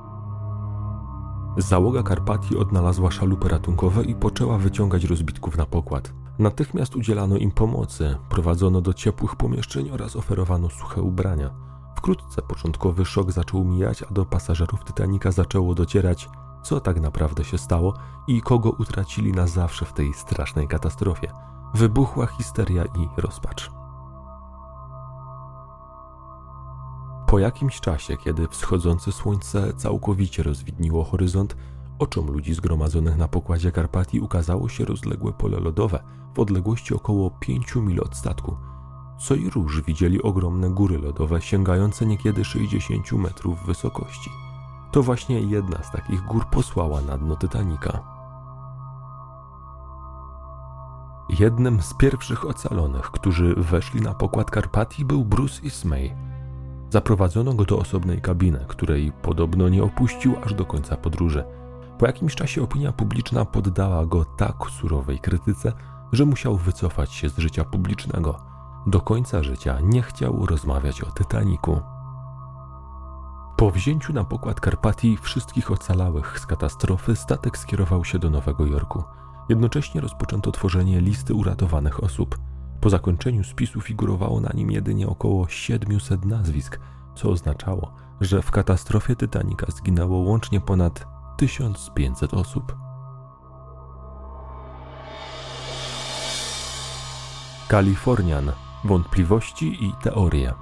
Załoga Carpathii odnalazła szalupy ratunkowe i poczęła wyciągać rozbitków na pokład. Natychmiast udzielano im pomocy, prowadzono do ciepłych pomieszczeń oraz oferowano suche ubrania. Wkrótce początkowy szok zaczął mijać, a do pasażerów Titanica zaczęło docierać, co tak naprawdę się stało i kogo utracili na zawsze w tej strasznej katastrofie. Wybuchła histeria i rozpacz. Po jakimś czasie, kiedy wschodzące słońce całkowicie rozwidniło horyzont, oczom ludzi zgromadzonych na pokładzie Carpathii ukazało się rozległe pole lodowe w odległości około 5 mil od statku. Co i róż widzieli ogromne góry lodowe sięgające niekiedy 60 metrów wysokości. To właśnie jedna z takich gór posłała na dno Titanica. Jednym z pierwszych ocalonych, którzy weszli na pokład Carpathii, był Bruce Ismay. Zaprowadzono go do osobnej kabiny, której podobno nie opuścił aż do końca podróży. Po jakimś czasie opinia publiczna poddała go tak surowej krytyce, że musiał wycofać się z życia publicznego. Do końca życia nie chciał rozmawiać o Titanicu. Po wzięciu na pokład Carpathii wszystkich ocalałych z katastrofy, statek skierował się do Nowego Jorku. Jednocześnie rozpoczęto tworzenie listy uratowanych osób. Po zakończeniu spisu figurowało na nim jedynie około 700 nazwisk, co oznaczało, że w katastrofie Titanica zginęło łącznie ponad 1500 osób. Kalifornian. Wątpliwości i teorie.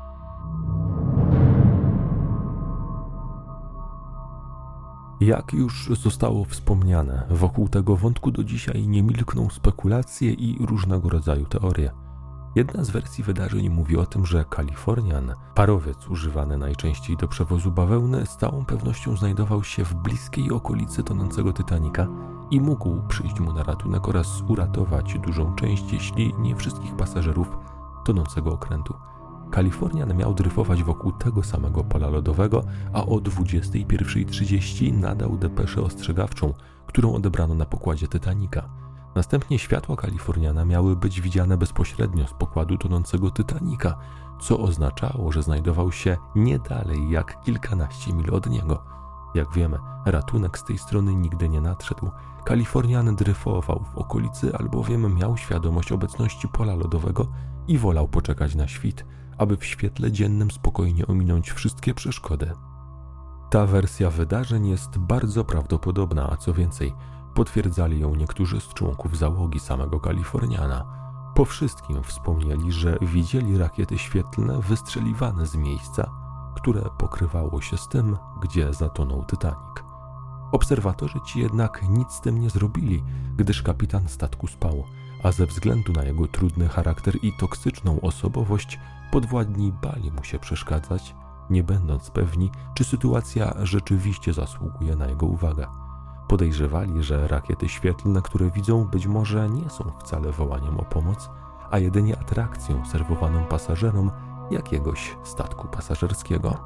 Jak już zostało wspomniane, wokół tego wątku do dzisiaj nie milkną spekulacje i różnego rodzaju teorie. Jedna z wersji wydarzeń mówi o tym, że Kalifornian, parowiec używany najczęściej do przewozu bawełny, z całą pewnością znajdował się w bliskiej okolicy tonącego Titanica i mógł przyjść mu na ratunek oraz uratować dużą część, jeśli nie wszystkich pasażerów tonącego okrętu. Kalifornian miał dryfować wokół tego samego pola lodowego, a o 21:30 nadał depeszę ostrzegawczą, którą odebrano na pokładzie Titanica. Następnie światła Kaliforniana miały być widziane bezpośrednio z pokładu tonącego Titanica, co oznaczało, że znajdował się nie dalej jak kilkanaście mil od niego. Jak wiemy, ratunek z tej strony nigdy nie nadszedł. Kalifornian dryfował w okolicy, albowiem miał świadomość obecności pola lodowego i wolał poczekać na świt, aby w świetle dziennym spokojnie ominąć wszystkie przeszkody. Ta wersja wydarzeń jest bardzo prawdopodobna, a co więcej, potwierdzali ją niektórzy z członków załogi samego Kaliforniana. Po wszystkim wspomnieli, że widzieli rakiety świetlne wystrzeliwane z miejsca, które pokrywało się z tym, gdzie zatonął Titanic. Obserwatorzy ci jednak nic z tym nie zrobili, gdyż kapitan statku spał, a ze względu na jego trudny charakter i toksyczną osobowość podwładni bali mu się przeszkadzać, nie będąc pewni, czy sytuacja rzeczywiście zasługuje na jego uwagę. Podejrzewali, że rakiety świetlne, które widzą, być może nie są wcale wołaniem o pomoc, a jedynie atrakcją serwowaną pasażerom jakiegoś statku pasażerskiego.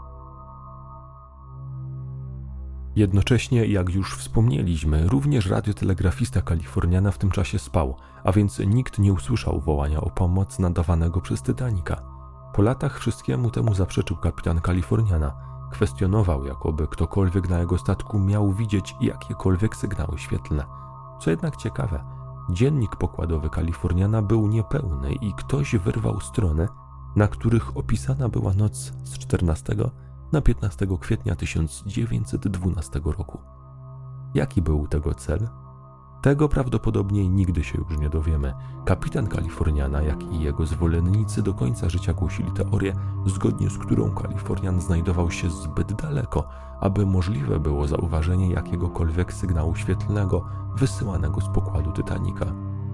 Jednocześnie, jak już wspomnieliśmy, również radiotelegrafista Kaliforniana w tym czasie spał, a więc nikt nie usłyszał wołania o pomoc nadawanego przez Titanica. Po latach wszystkiemu temu zaprzeczył kapitan Kaliforniana. Kwestionował, jakoby ktokolwiek na jego statku miał widzieć jakiekolwiek sygnały świetlne. Co jednak ciekawe, dziennik pokładowy Kaliforniana był niepełny i ktoś wyrwał strony, na których opisana była noc z 14 na 15 kwietnia 1912 roku. Jaki był tego cel? Tego prawdopodobnie nigdy się już nie dowiemy. Kapitan Kaliforniana, jak i jego zwolennicy do końca życia głosili teorię, zgodnie z którą Kalifornian znajdował się zbyt daleko, aby możliwe było zauważenie jakiegokolwiek sygnału świetlnego wysyłanego z pokładu Titanica.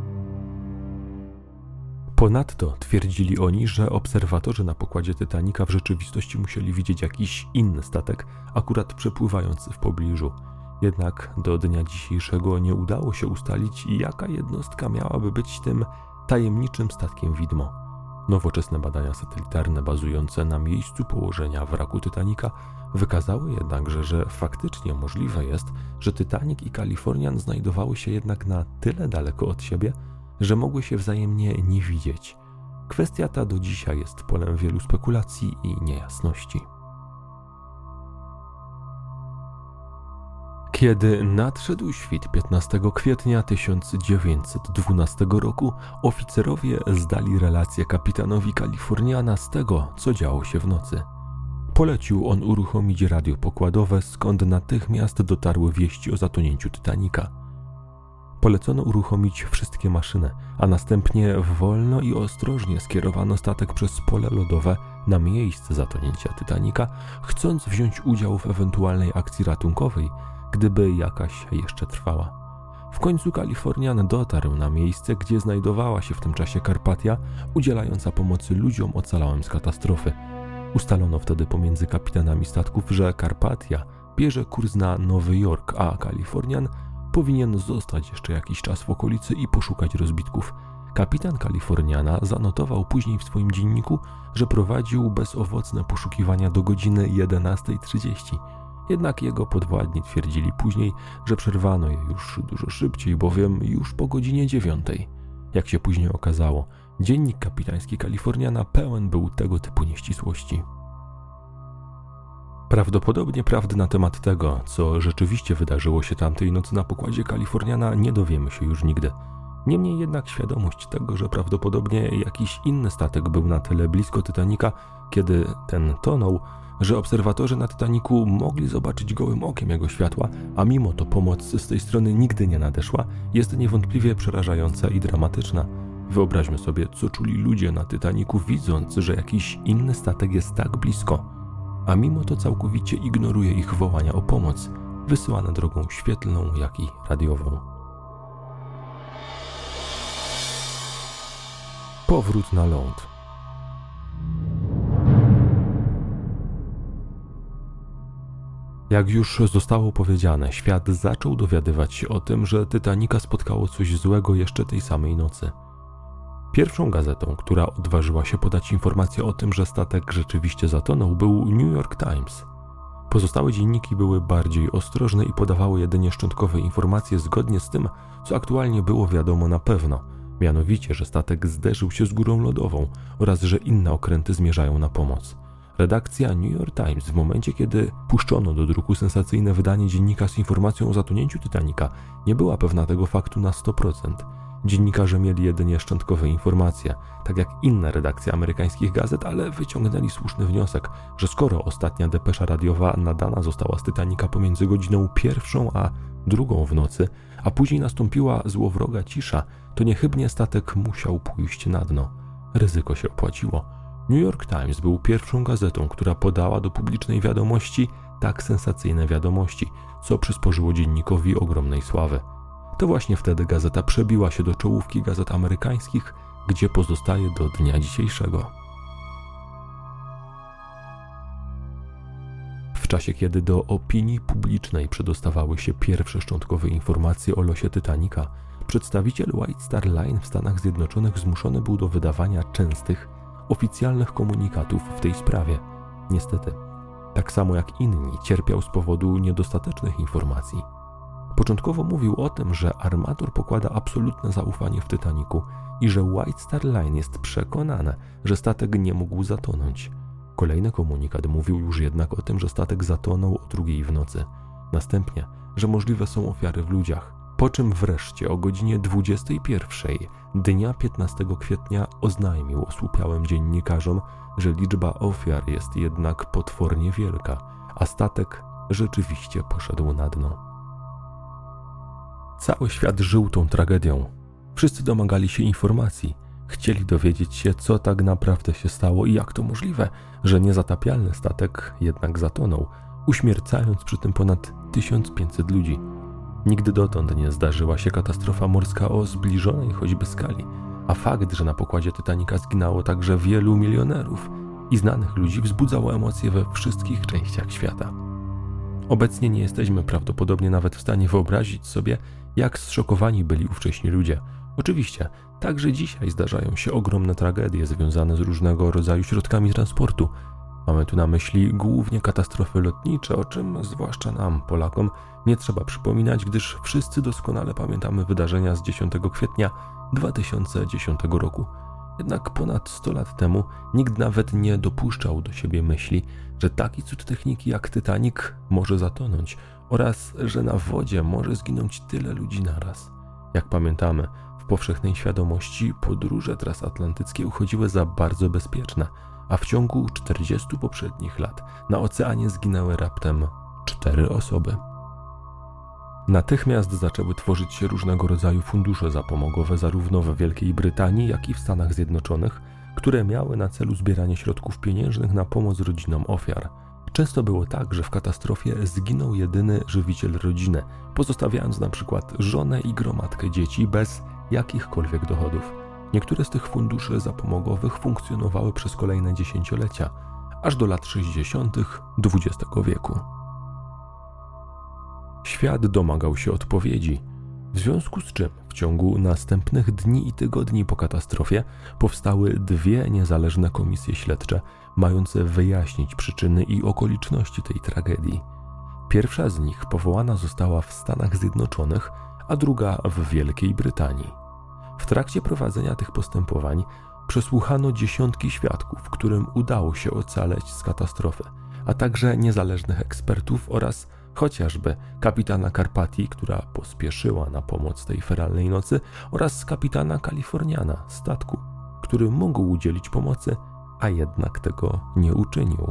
Ponadto twierdzili oni, że obserwatorzy na pokładzie Titanica w rzeczywistości musieli widzieć jakiś inny statek, akurat przepływający w pobliżu. Jednak do dnia dzisiejszego nie udało się ustalić, jaka jednostka miałaby być tym tajemniczym statkiem widmo. Nowoczesne badania satelitarne bazujące na miejscu położenia wraku Titanica wykazały jednakże, że faktycznie możliwe jest, że Titanic i Kalifornian znajdowały się jednak na tyle daleko od siebie, że mogły się wzajemnie nie widzieć. Kwestia ta do dzisiaj jest polem wielu spekulacji i niejasności. Kiedy nadszedł świt 15 kwietnia 1912 roku, oficerowie zdali relację kapitanowi Kaliforniana z tego, co działo się w nocy. Polecił on uruchomić radio pokładowe, skąd natychmiast dotarły wieści o zatonięciu Titanica. Polecono uruchomić wszystkie maszyny, a następnie wolno i ostrożnie skierowano statek przez pole lodowe na miejsce zatonięcia Titanica, chcąc wziąć udział w ewentualnej akcji ratunkowej, gdyby jakaś jeszcze trwała. W końcu Kalifornian dotarł na miejsce, gdzie znajdowała się w tym czasie Carpathia, udzielająca pomocy ludziom ocalałym z katastrofy. Ustalono wtedy pomiędzy kapitanami statków, że Carpathia bierze kurs na Nowy Jork, a Kalifornian powinien zostać jeszcze jakiś czas w okolicy i poszukać rozbitków. Kapitan Kaliforniana zanotował później w swoim dzienniku, że prowadził bezowocne poszukiwania do godziny 11:30. Jednak jego podwładni twierdzili później, że przerwano je już dużo szybciej, bowiem już po godzinie 9:00. Jak się później okazało, dziennik kapitański Kaliforniana pełen był tego typu nieścisłości. Prawdopodobnie prawdy na temat tego, co rzeczywiście wydarzyło się tamtej nocy na pokładzie Kaliforniana, nie dowiemy się już nigdy. Niemniej jednak świadomość tego, że prawdopodobnie jakiś inny statek był na tyle blisko Titanica, kiedy ten tonął, że obserwatorzy na Titanicu mogli zobaczyć gołym okiem jego światła, a mimo to pomoc z tej strony nigdy nie nadeszła, jest niewątpliwie przerażająca i dramatyczna. Wyobraźmy sobie, co czuli ludzie na Titanicu, widząc, że jakiś inny statek jest tak blisko, a mimo to całkowicie ignoruje ich wołania o pomoc, wysyłane drogą świetlną, jak i radiową. Powrót na ląd. Jak już zostało powiedziane, świat zaczął dowiadywać się o tym, że Titanica spotkało coś złego jeszcze tej samej nocy. Pierwszą gazetą, która odważyła się podać informację o tym, że statek rzeczywiście zatonął, był New York Times. Pozostałe dzienniki były bardziej ostrożne i podawały jedynie szczątkowe informacje zgodnie z tym, co aktualnie było wiadomo na pewno, mianowicie, że statek zderzył się z górą lodową oraz że inne okręty zmierzają na pomoc. Redakcja New York Times w momencie, kiedy puszczono do druku sensacyjne wydanie dziennika z informacją o zatonięciu Titanica, nie była pewna tego faktu na 100%. Dziennikarze mieli jedynie szczątkowe informacje, tak jak inne redakcje amerykańskich gazet, ale wyciągnęli słuszny wniosek, że skoro ostatnia depesza radiowa nadana została z Titanica pomiędzy godziną 1 a 2 w nocy, a później nastąpiła złowroga cisza, to niechybnie statek musiał pójść na dno. Ryzyko się opłaciło. New York Times był pierwszą gazetą, która podała do publicznej wiadomości tak sensacyjne wiadomości, co przysporzyło dziennikowi ogromnej sławy. To właśnie wtedy gazeta przebiła się do czołówki gazet amerykańskich, gdzie pozostaje do dnia dzisiejszego. W czasie, kiedy do opinii publicznej przedostawały się pierwsze szczątkowe informacje o losie Titanica, przedstawiciel White Star Line w Stanach Zjednoczonych zmuszony był do wydawania częstych, oficjalnych komunikatów w tej sprawie. Niestety, tak samo jak inni, cierpiał z powodu niedostatecznych informacji. Początkowo mówił o tym, że armator pokłada absolutne zaufanie w Titanicu i że White Star Line jest przekonane, że statek nie mógł zatonąć. Kolejny komunikat mówił już jednak o tym, że statek zatonął o 2 w nocy. Następnie, że możliwe są ofiary w ludziach. Po czym wreszcie o godzinie 21 dnia 15 kwietnia oznajmił osłupiałym dziennikarzom, że liczba ofiar jest jednak potwornie wielka, a statek rzeczywiście poszedł na dno. Cały świat żył tą tragedią. Wszyscy domagali się informacji. Chcieli dowiedzieć się, co tak naprawdę się stało i jak to możliwe, że niezatapialny statek jednak zatonął, uśmiercając przy tym ponad 1500 ludzi. Nigdy dotąd nie zdarzyła się katastrofa morska o zbliżonej choćby skali, a fakt, że na pokładzie Titanica zginęło także wielu milionerów i znanych ludzi, wzbudzało emocje we wszystkich częściach świata. Obecnie nie jesteśmy prawdopodobnie nawet w stanie wyobrazić sobie, jak zszokowani byli ówcześni ludzie. Oczywiście, także dzisiaj zdarzają się ogromne tragedie związane z różnego rodzaju środkami transportu. Mamy tu na myśli głównie katastrofy lotnicze, o czym zwłaszcza nam, Polakom, nie trzeba przypominać, gdyż wszyscy doskonale pamiętamy wydarzenia z 10 kwietnia 2010 roku. Jednak ponad 100 lat temu nikt nawet nie dopuszczał do siebie myśli, że taki cud techniki jak Titanic może zatonąć oraz że na wodzie może zginąć tyle ludzi naraz. Jak pamiętamy, w powszechnej świadomości podróże transatlantyckie uchodziły za bardzo bezpieczne, a w ciągu 40 poprzednich lat na oceanie zginęły raptem 4 osoby. Natychmiast zaczęły tworzyć się różnego rodzaju fundusze zapomogowe zarówno w Wielkiej Brytanii, jak i w Stanach Zjednoczonych, które miały na celu zbieranie środków pieniężnych na pomoc rodzinom ofiar. Często było tak, że w katastrofie zginął jedyny żywiciel rodziny, pozostawiając na przykład żonę i gromadkę dzieci bez jakichkolwiek dochodów. Niektóre z tych funduszy zapomogowych funkcjonowały przez kolejne dziesięciolecia, aż do lat 60. XX wieku. Świat domagał się odpowiedzi, w związku z czym w ciągu następnych dni i tygodni po katastrofie powstały 2 niezależne komisje śledcze, mające wyjaśnić przyczyny i okoliczności tej tragedii. Pierwsza z nich powołana została w Stanach Zjednoczonych, a druga w Wielkiej Brytanii. W trakcie prowadzenia tych postępowań przesłuchano dziesiątki świadków, którym udało się ocaleć z katastrofy, a także niezależnych ekspertów oraz chociażby kapitana Carpati, która pospieszyła na pomoc tej feralnej nocy, oraz kapitana Kaliforniana statku, który mógł udzielić pomocy, a jednak tego nie uczynił.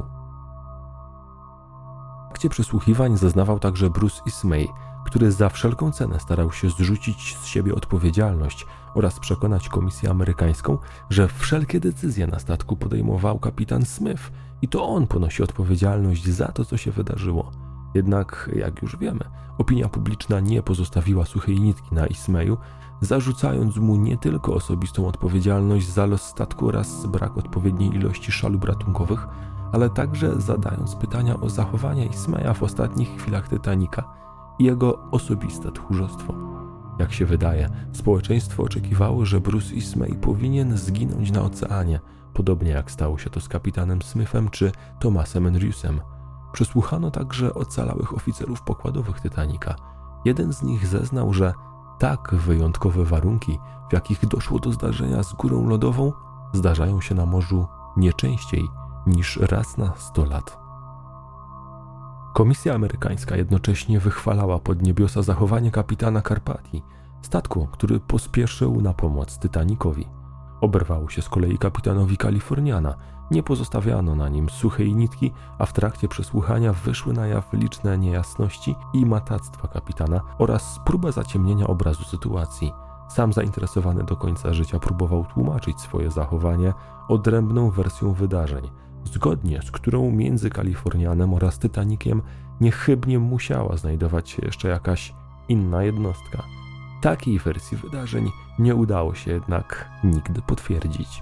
W trakcie przesłuchiwań zeznawał także Bruce Ismay, który za wszelką cenę starał się zrzucić z siebie odpowiedzialność oraz przekonać komisję amerykańską, że wszelkie decyzje na statku podejmował kapitan Smith i to on ponosi odpowiedzialność za to, co się wydarzyło. Jednak, jak już wiemy, opinia publiczna nie pozostawiła suchej nitki na Ismayu, zarzucając mu nie tylko osobistą odpowiedzialność za los statku oraz brak odpowiedniej ilości szalub ratunkowych, ale także zadając pytania o zachowanie Ismaya w ostatnich chwilach Titanica i jego osobiste tchórzostwo. Jak się wydaje, społeczeństwo oczekiwało, że Bruce Ismay powinien zginąć na oceanie, podobnie jak stało się to z kapitanem Smithem czy Thomasem Andrewsem. Przesłuchano także ocalałych oficerów pokładowych Titanica. Jeden z nich zeznał, że Tak wyjątkowe warunki, w jakich doszło do zdarzenia z górą lodową, zdarzają się na morzu nie częściej niż raz na 100 lat. Komisja amerykańska jednocześnie wychwalała pod niebiosa zachowanie kapitana Carpati, statku, który pospieszył na pomoc Titanicowi. Oberwało się z kolei kapitanowi Kaliforniana, nie pozostawiano na nim suchej nitki, a w trakcie przesłuchania wyszły na jaw liczne niejasności i matactwa kapitana oraz próba zaciemnienia obrazu sytuacji. Sam zainteresowany do końca życia próbował tłumaczyć swoje zachowanie odrębną wersją wydarzeń, zgodnie z którą między Kalifornianem oraz Titaniciem niechybnie musiała znajdować się jeszcze jakaś inna jednostka. Takiej wersji wydarzeń nie udało się jednak nigdy potwierdzić.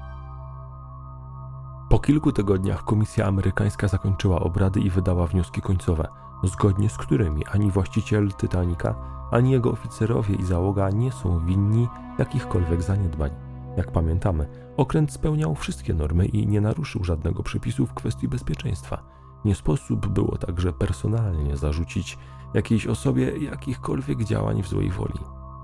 Po kilku tygodniach komisja amerykańska zakończyła obrady i wydała wnioski końcowe, zgodnie z którymi ani właściciel Titanica, ani jego oficerowie i załoga nie są winni jakichkolwiek zaniedbań. Jak pamiętamy, okręt spełniał wszystkie normy i nie naruszył żadnego przepisu w kwestii bezpieczeństwa. Nie sposób było także personalnie zarzucić jakiejś osobie jakichkolwiek działań w złej woli.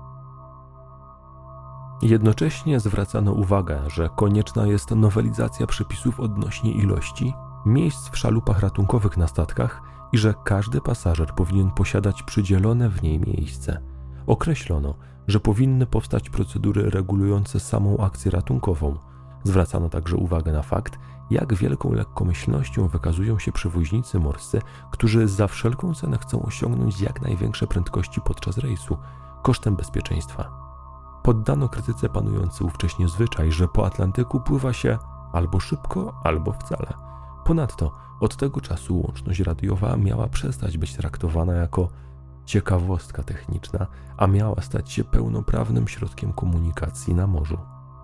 Jednocześnie zwracano uwagę, że konieczna jest nowelizacja przepisów odnośnie ilości miejsc w szalupach ratunkowych na statkach i że każdy pasażer powinien posiadać przydzielone w niej miejsce. Określono, że powinny powstać procedury regulujące samą akcję ratunkową. Zwracano także uwagę na fakt, jak wielką lekkomyślnością wykazują się przewoźnicy morscy, którzy za wszelką cenę chcą osiągnąć jak największe prędkości podczas rejsu, kosztem bezpieczeństwa. Poddano krytyce panujący ówcześnie zwyczaj, że po Atlantyku pływa się albo szybko, albo wcale. Ponadto od tego czasu łączność radiowa miała przestać być traktowana jako ciekawostka techniczna, a miała stać się pełnoprawnym środkiem komunikacji na morzu.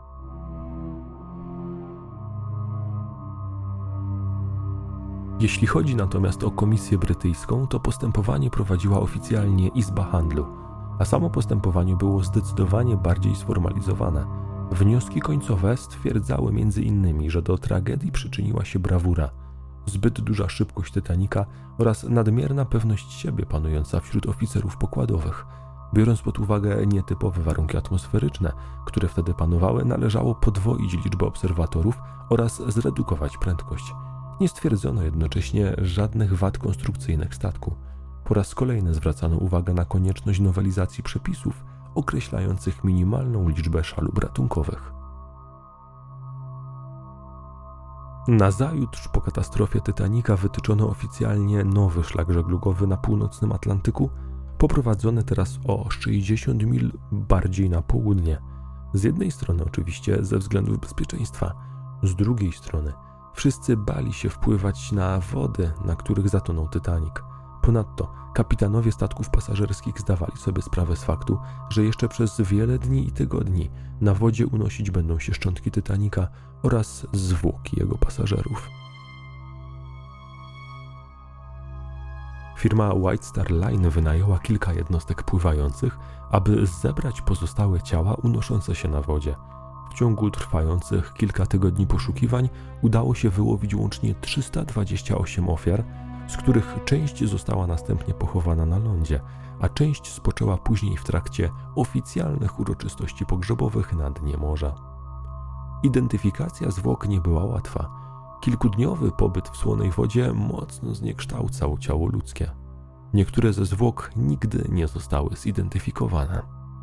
Jeśli chodzi natomiast o Komisję Brytyjską, to postępowanie prowadziła oficjalnie Izba Handlu, a samo postępowanie było zdecydowanie bardziej sformalizowane. Wnioski końcowe stwierdzały m.in., że do tragedii przyczyniła się brawura, zbyt duża szybkość Titanica oraz nadmierna pewność siebie panująca wśród oficerów pokładowych. Biorąc pod uwagę nietypowe warunki atmosferyczne, które wtedy panowały, należało podwoić liczbę obserwatorów oraz zredukować prędkość. Nie stwierdzono jednocześnie żadnych wad konstrukcyjnych statku. Po raz kolejny zwracano uwagę na konieczność nowelizacji przepisów określających minimalną liczbę szalup ratunkowych. Nazajutrz po katastrofie Titanica wytyczono oficjalnie nowy szlak żeglugowy na północnym Atlantyku, poprowadzony teraz o 60 mil bardziej na południe. Z jednej strony oczywiście ze względów bezpieczeństwa, z drugiej strony wszyscy bali się wpływać na wody, na których zatonął Titanic. Ponadto kapitanowie statków pasażerskich zdawali sobie sprawę z faktu, że jeszcze przez wiele dni i tygodni na wodzie unosić będą się szczątki Titanica oraz zwłoki jego pasażerów. Firma White Star Line wynajęła kilka jednostek pływających, aby zebrać pozostałe ciała unoszące się na wodzie. W ciągu trwających kilka tygodni poszukiwań udało się wyłowić łącznie 328 ofiar, z których część została następnie pochowana na lądzie, a część spoczęła później w trakcie oficjalnych uroczystości pogrzebowych na dnie morza. Identyfikacja zwłok nie była łatwa. Kilkudniowy pobyt w słonej wodzie mocno zniekształcał ciało ludzkie. Niektóre ze zwłok nigdy nie zostały zidentyfikowane.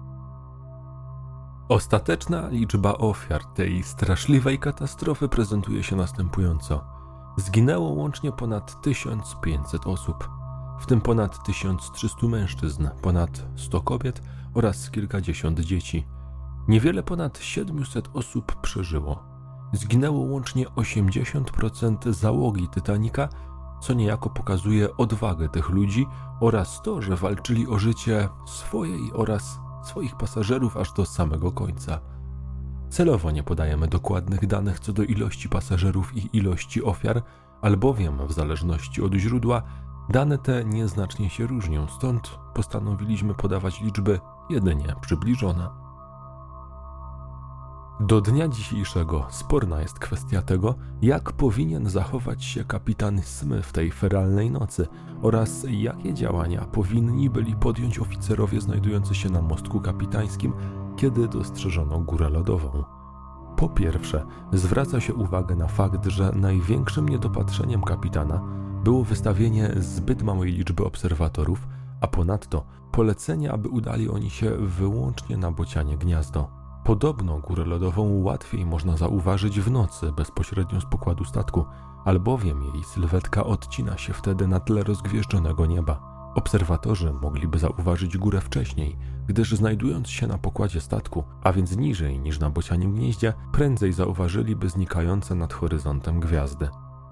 Ostateczna liczba ofiar tej straszliwej katastrofy prezentuje się następująco. Zginęło łącznie ponad 1500 osób, w tym ponad 1300 mężczyzn, ponad 100 kobiet oraz kilkadziesiąt dzieci. Niewiele ponad 700 osób przeżyło. Zginęło łącznie 80% załogi Titanica, co niejako pokazuje odwagę tych ludzi oraz to, że walczyli o życie swojej oraz swoich pasażerów aż do samego końca. Celowo nie podajemy dokładnych danych co do ilości pasażerów i ilości ofiar, albowiem w zależności od źródła dane te nieznacznie się różnią, stąd postanowiliśmy podawać liczby jedynie przybliżone. Do dnia dzisiejszego sporna jest kwestia tego, jak powinien zachować się kapitan Smith w tej feralnej nocy oraz jakie działania powinni byli podjąć oficerowie znajdujący się na mostku kapitańskim, kiedy dostrzeżono górę lodową. Po pierwsze, zwraca się uwagę na fakt, że największym niedopatrzeniem kapitana było wystawienie zbyt małej liczby obserwatorów, a ponadto polecenie, aby udali oni się wyłącznie na bocianie gniazdo. Podobno górę lodową łatwiej można zauważyć w nocy bezpośrednio z pokładu statku, albowiem jej sylwetka odcina się wtedy na tle rozgwieżdżonego nieba. Obserwatorzy mogliby zauważyć górę wcześniej, gdyż znajdując się na pokładzie statku, a więc niżej niż na bocianim gnieździe, prędzej zauważyliby znikające nad horyzontem gwiazdy.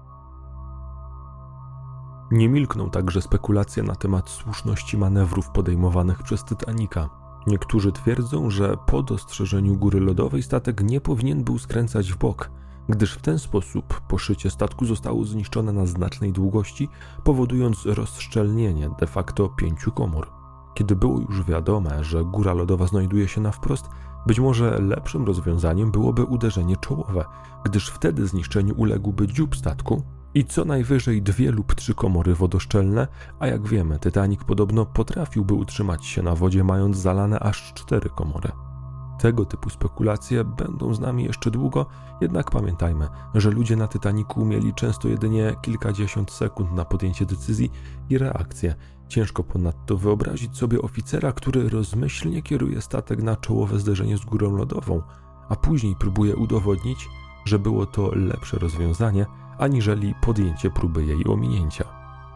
Nie milkną także spekulacje na temat słuszności manewrów podejmowanych przez Titanica. Niektórzy twierdzą, że po dostrzeżeniu góry lodowej statek nie powinien był skręcać w bok, gdyż w ten sposób poszycie statku zostało zniszczone na znacznej długości, powodując rozszczelnienie de facto 5 komór. Kiedy było już wiadome, że góra lodowa znajduje się na wprost, być może lepszym rozwiązaniem byłoby uderzenie czołowe, gdyż wtedy zniszczeniu uległby dziób statku i co najwyżej 2 lub 3 komory wodoszczelne, a jak wiemy, Titanic podobno potrafiłby utrzymać się na wodzie, mając zalane aż 4 komory. Tego typu spekulacje będą z nami jeszcze długo, jednak pamiętajmy, że ludzie na Titanicu mieli często jedynie kilkadziesiąt sekund na podjęcie decyzji i reakcję. Ciężko ponadto wyobrazić sobie oficera, który rozmyślnie kieruje statek na czołowe zderzenie z górą lodową, a później próbuje udowodnić, że było to lepsze rozwiązanie, aniżeli podjęcie próby jej ominięcia.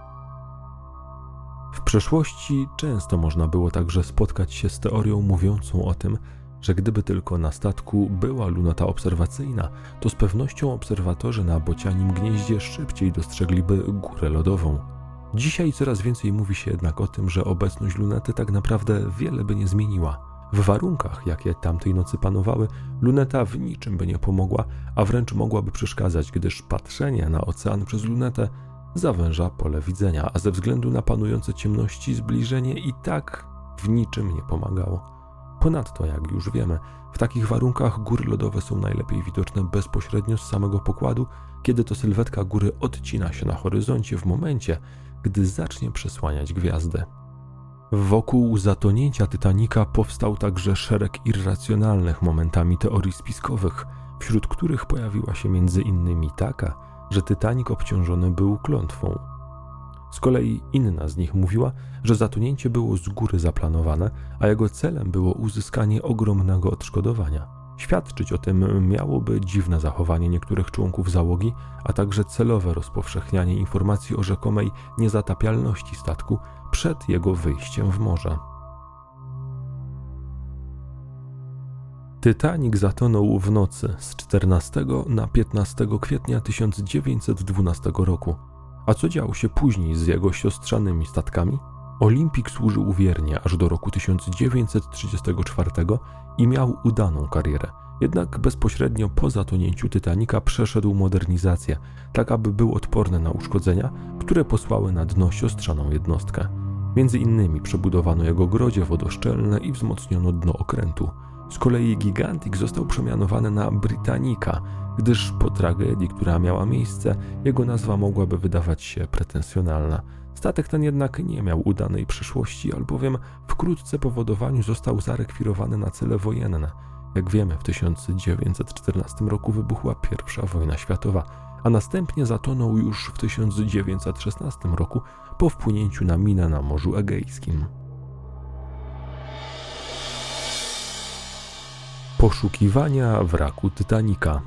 W przeszłości często można było także spotkać się z teorią mówiącą o tym, że gdyby tylko na statku była luneta obserwacyjna, to z pewnością obserwatorzy na bocianim gnieździe szybciej dostrzegliby górę lodową. Dzisiaj coraz więcej mówi się jednak o tym, że obecność lunety tak naprawdę wiele by nie zmieniła. W warunkach, jakie tamtej nocy panowały, luneta w niczym by nie pomogła, a wręcz mogłaby przeszkadzać, gdyż patrzenie na ocean przez lunetę zawęża pole widzenia, a ze względu na panujące ciemności zbliżenie i tak w niczym nie pomagało. Ponadto, jak już wiemy, w takich warunkach góry lodowe są najlepiej widoczne bezpośrednio z samego pokładu, kiedy to sylwetka góry odcina się na horyzoncie w momencie, gdy zacznie przesłaniać gwiazdę. Wokół zatonięcia Titanica powstał także szereg irracjonalnych momentami teorii spiskowych, wśród których pojawiła się m.in. taka, że Titanic obciążony był klątwą. Z kolei inna z nich mówiła, że zatonięcie było z góry zaplanowane, a jego celem było uzyskanie ogromnego odszkodowania. Świadczyć o tym miałoby dziwne zachowanie niektórych członków załogi, a także celowe rozpowszechnianie informacji o rzekomej niezatapialności statku przed jego wyjściem w morze. Titanic zatonął w nocy z 14 na 15 kwietnia 1912 roku. A co działo się później z jego siostrzanymi statkami? Olympic służył wiernie aż do roku 1934 i miał udaną karierę. Jednak bezpośrednio po zatonięciu Titanica przeszedł modernizację, tak aby był odporny na uszkodzenia, które posłały na dno siostrzaną jednostkę. Między innymi przebudowano jego grodzie wodoszczelne i wzmocniono dno okrętu. Z kolei Gigantic został przemianowany na Britannica, gdyż po tragedii, która miała miejsce, jego nazwa mogłaby wydawać się pretensjonalna. Statek ten jednak nie miał udanej przyszłości, albowiem wkrótce po wodowaniu został zarekwirowany na cele wojenne. Jak wiemy, w 1914 roku wybuchła I wojna światowa, a następnie zatonął już w 1916 roku po wpłynięciu na minę na Morzu Egejskim. Poszukiwania wraku Titanica.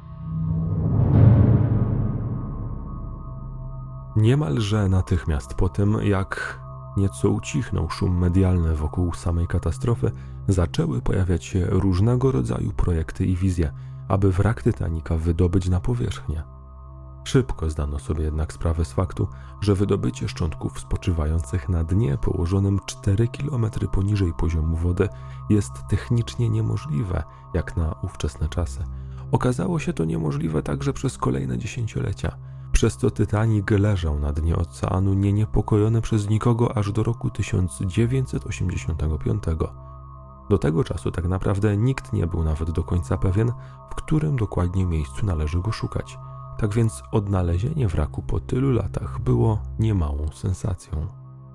Niemalże natychmiast po tym, jak nieco ucichnął szum medialny wokół samej katastrofy, zaczęły pojawiać się różnego rodzaju projekty i wizje, aby wrak Titanica wydobyć na powierzchnię. Szybko zdano sobie jednak sprawę z faktu, że wydobycie szczątków spoczywających na dnie położonym 4 km poniżej poziomu wody jest technicznie niemożliwe, jak na ówczesne czasy. Okazało się to niemożliwe także przez kolejne dziesięciolecia, przez co Titanic leżał na dnie oceanu niepokojony przez nikogo aż do roku 1985. Do tego czasu tak naprawdę nikt nie był nawet do końca pewien, w którym dokładnie miejscu należy go szukać. Tak więc odnalezienie wraku po tylu latach było niemałą sensacją.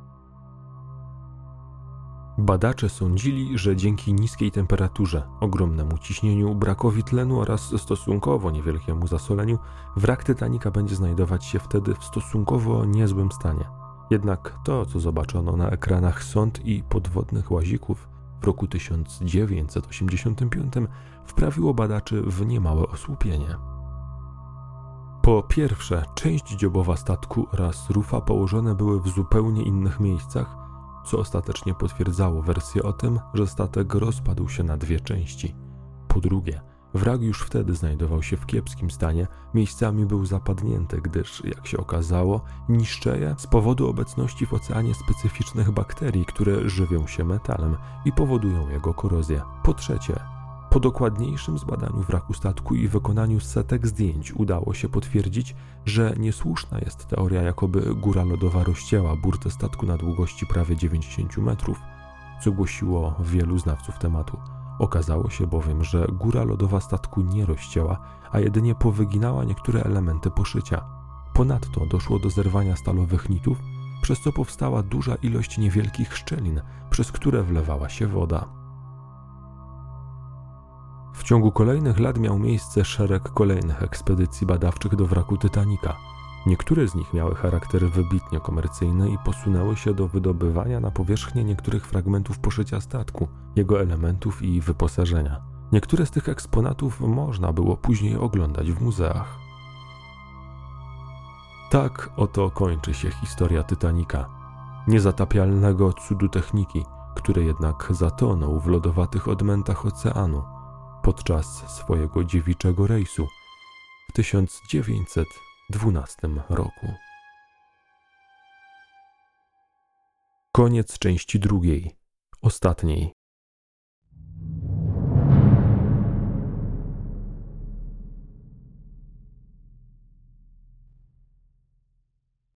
Badacze sądzili, że dzięki niskiej temperaturze, ogromnemu ciśnieniu, brakowi tlenu oraz stosunkowo niewielkiemu zasoleniu, wrak Titanica będzie znajdować się wtedy w stosunkowo niezłym stanie. Jednak to, co zobaczono na ekranach sond i podwodnych łazików w roku 1985, wprawiło badaczy w niemałe osłupienie. Po pierwsze, część dziobowa statku oraz rufa położone były w zupełnie innych miejscach, co ostatecznie potwierdzało wersję o tym, że statek rozpadł się na dwie części. Po drugie, wrak już wtedy znajdował się w kiepskim stanie, miejscami był zapadnięty, gdyż, jak się okazało, niszczeje z powodu obecności w oceanie specyficznych bakterii, które żywią się metalem i powodują jego korozję. Po trzecie, po dokładniejszym zbadaniu wraku statku i wykonaniu setek zdjęć udało się potwierdzić, że niesłuszna jest teoria, jakoby góra lodowa rozcięła burtę statku na długości prawie 90 metrów, co głosiło wielu znawców tematu. Okazało się bowiem, że góra lodowa statku nie rozcięła, a jedynie powyginała niektóre elementy poszycia. Ponadto doszło do zerwania stalowych nitów, przez co powstała duża ilość niewielkich szczelin, przez które wlewała się woda. W ciągu kolejnych lat miał miejsce szereg kolejnych ekspedycji badawczych do wraku Titanica. Niektóre z nich miały charakter wybitnie komercyjny i posunęły się do wydobywania na powierzchnię niektórych fragmentów poszycia statku, jego elementów i wyposażenia. Niektóre z tych eksponatów można było później oglądać w muzeach. Tak oto kończy się historia Titanica, niezatapialnego cudu techniki, który jednak zatonął w lodowatych odmętach oceanu podczas swojego dziewiczego rejsu w 1912 roku. Koniec części drugiej, ostatniej.